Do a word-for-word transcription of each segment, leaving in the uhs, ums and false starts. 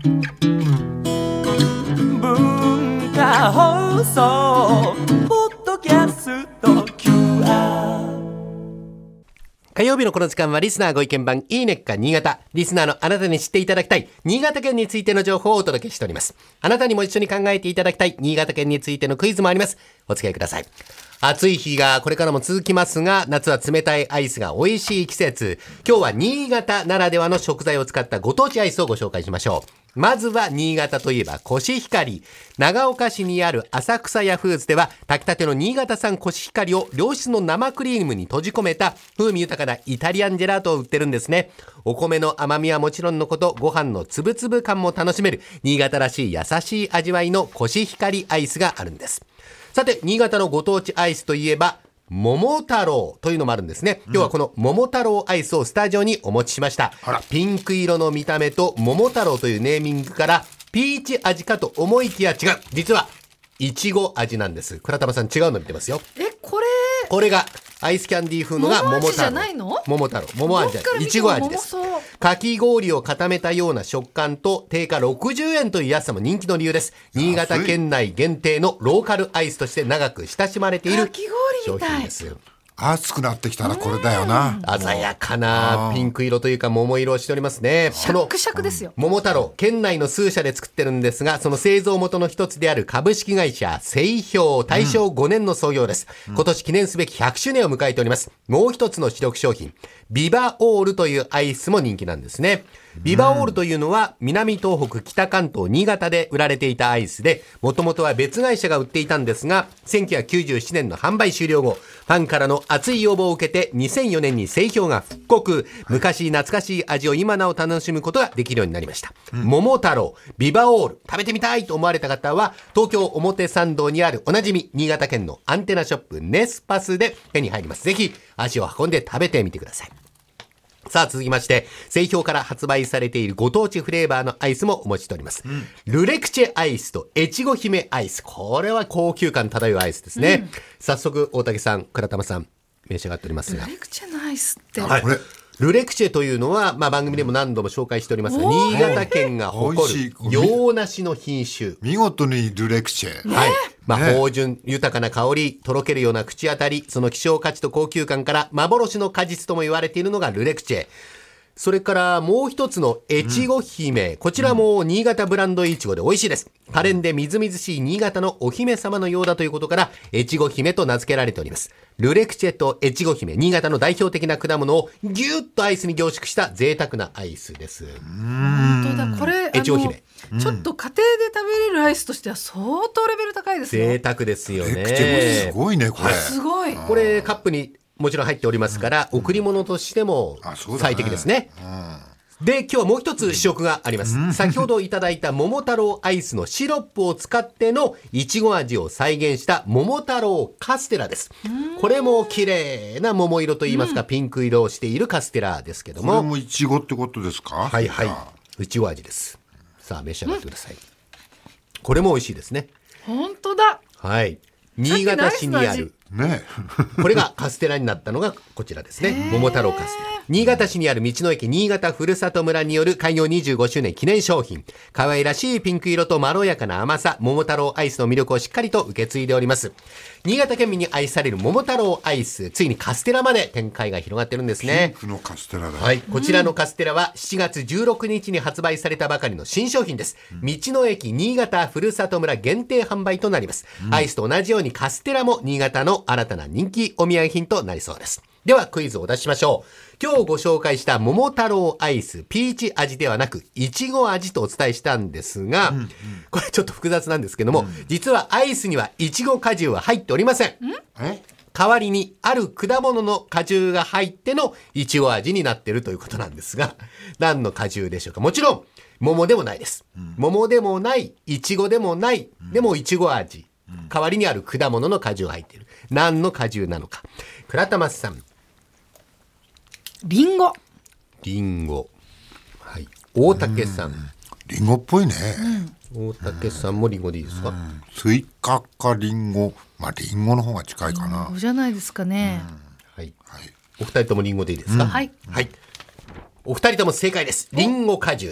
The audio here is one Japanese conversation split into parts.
文化放送ポッドキャスト キューアール。 火曜日のこの時間はリスナーご意見番いいねっか新潟。リスナーのあなたに知っていただきたい新潟県についての情報をお届けしております。あなたにも一緒に考えていただきたい新潟県についてのクイズもあります。お付き合いください。暑い日がこれからも続きますが、夏は冷たいアイスが美味しい季節。今日は新潟ならではの食材を使ったご当地アイスをご紹介しましょう。まずは新潟といえばコシヒカリ。長岡市にある浅草屋フーズでは炊きたての新潟産コシヒカリを良質の生クリームに閉じ込めた風味豊かなイタリアンジェラートを売ってるんですね。お米の甘みはもちろんのこと、ご飯のつぶつぶ感も楽しめる新潟らしい優しい味わいのコシヒカリアイスがあるんです。さて、新潟のご当地アイスといえば桃太郎というのもあるんですね。今日はこの桃太郎アイスをスタジオにお持ちしました。ピンク色の見た目と桃太郎というネーミングからピーチ味かと思いきや違う。実はいちご味なんです。倉玉さん違うの見てますよ。 え、これこれがアイスキャンディー風のが桃太郎。 桃味じゃないの？ 桃太郎。桃味じゃない。いちご味です。かき氷を固めたような食感と定価ろくじゅうえんという安さも人気の理由です。新潟県内限定のローカルアイスとして長く親しまれている商品です。 暑くなってきたらこれだよな。 鮮やかなピンク色というか桃色をしておりますね。 シャックシャクですよ。 桃太郎、県内の数社で作ってるんですが、その製造元の一つである株式会社製氷、大正ごねんの創業です、うん、今年記念すべきひゃくしゅうねんを迎えております。もう一つの主力商品ビバオールというアイスも人気なんですね。ビバオールというのは南東北北関東新潟で売られていたアイスで、もともとは別会社が売っていたんですが、せんきゅうひゃくきゅうじゅうななねんの販売終了後、ファンからの熱い要望を受けてにせんよねんに製氷が復刻。昔懐かしい味を今なお楽しむことができるようになりました、うん、桃太郎ビバオール食べてみたいと思われた方は東京表参道にあるおなじみ新潟県のアンテナショップネスパスで手に入ります。ぜひ足を運んで食べてみてください。さあ続きまして、製氷から発売されているご当地フレーバーのアイスもお持ちしております、うん、ルレクチェアイスと越後姫アイス。これは高級感漂うアイスですね、うん、早速大竹さん倉玉さん召し上がっておりますが、 ルレクチェのアイスって、 はい、これルレクチェというのは、まあ、番組でも何度も紹介しておりますが、新潟県が誇る洋梨の品種。 見事にルレクチェ、 はい、まあ、芳醇豊かな香り、とろけるような口当たり、その希少価値と高級感から幻の果実とも言われているのがルレクチェ。それからもう一つの越後姫、うん、こちらも新潟ブランドいちごで美味しいです。可憐でみずみずしい新潟のお姫様のようだということから越後姫と名付けられております。ルレクチェと越後姫、新潟の代表的な果物をギュッとアイスに凝縮した贅沢なアイスです。 本当だ、これ越後姫ちょっと家庭で食べれるアイスとしては相当レベル高いですよ。 贅沢ですよね。 ルレクチェもすごいねこれ。 すごい。 これカップにもちろん入っておりますから、うん、贈り物としても最適ですね。うん、で、今日はもう一つ試食があります。うん、先ほどいただいた桃太郎アイスのシロップを使ってのいちご味を再現した桃太郎カステラです。これも綺麗な桃色といいますか、うん、ピンク色をしているカステラですけども。 これもいちごってことですか？ はいはい。いちご味です。さあ召し上がってください。うん、これも美味しいですね。 本当だ。 はい。新潟市にある。 ね、 これがカステラになったのがこちらですね。桃太郎カステラ。新潟市にある道の駅新潟ふるさと村による開業にじゅうごしゅうねん記念商品。可愛らしいピンク色とまろやかな甘さ、桃太郎アイスの魅力をしっかりと受け継いでおります。新潟県民に愛される桃太郎アイス、ついにカステラまで展開が広がってるんですね。 ピンクのカステラだ。 はい、こちらのカステラはしちがつじゅうろくにちに発売されたばかりの新商品です。うん、道の駅新潟ふるさと村限定販売となります。うん、アイスと同じようにカステラも新潟の新たな人気お土産品となりそうです。ではクイズをお出ししましょう。今日ご紹介した桃太郎アイス、ピーチ味ではなくいちご味とお伝えしたんですが、うんうん、これちょっと複雑なんですけども、うん、実はアイスにはいちご果汁は入っておりません。え代わりにある果物の果汁が入ってのいちご味になっているということなんですが、何の果汁でしょうか。もちろん桃でもないです。うん、桃でもない、いちごでもない、うん、でもいちご味。代わりにある果物の果汁が入っている。何の果汁なのか。倉玉さん。 リンゴ。 リンゴ。はい。大竹さん。 リンゴっぽいね。 うん、大竹さんもリンゴでいいですか。うん、 スイカかリンゴ。まあリンゴの方が近いかな。 リンゴじゃないですかね。 うん、はい。はい。お二人ともリンゴでいいですか。うん、はい。はい。お二人とも正解です。リンゴ果汁です。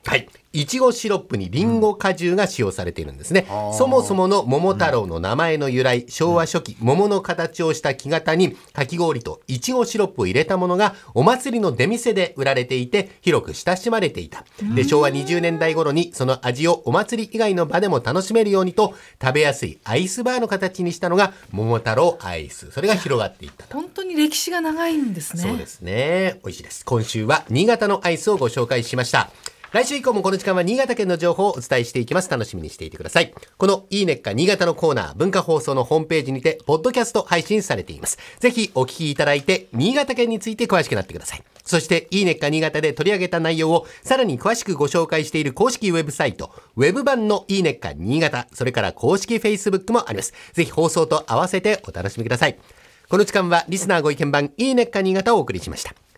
はい。いちごシロップにリンゴ果汁が使用されているんですね。そもそもの桃太郎の名前の由来、昭和初期、桃の形をした木型にかき氷といちごシロップを入れたものがお祭りの出店で売られていて、広く親しまれていた。で、昭和にじゅうねんだい頃にその味をお祭り以外の場でも楽しめるようにと、食べやすいアイスバーの形にしたのが桃太郎アイス。それが広がっていったと。 本当に歴史が長いんですね。 そうですね。美味しいです。今週は新潟のアイスをご紹介しました。来週以降もこの時間は新潟県の情報をお伝えしていきます。楽しみにしていてください。このいいねっか新潟のコーナー、文化放送のホームページにてポッドキャスト配信されています。ぜひお聞きいただいて新潟県について詳しくなってください。そしていいねっか新潟で取り上げた内容をさらに詳しくご紹介している公式ウェブサイト、ウェブ版のいいねっか新潟、それから公式 Facebook もあります。ぜひ放送と合わせてお楽しみください。この時間はリスナーご意見番いいねっか新潟をお送りしました。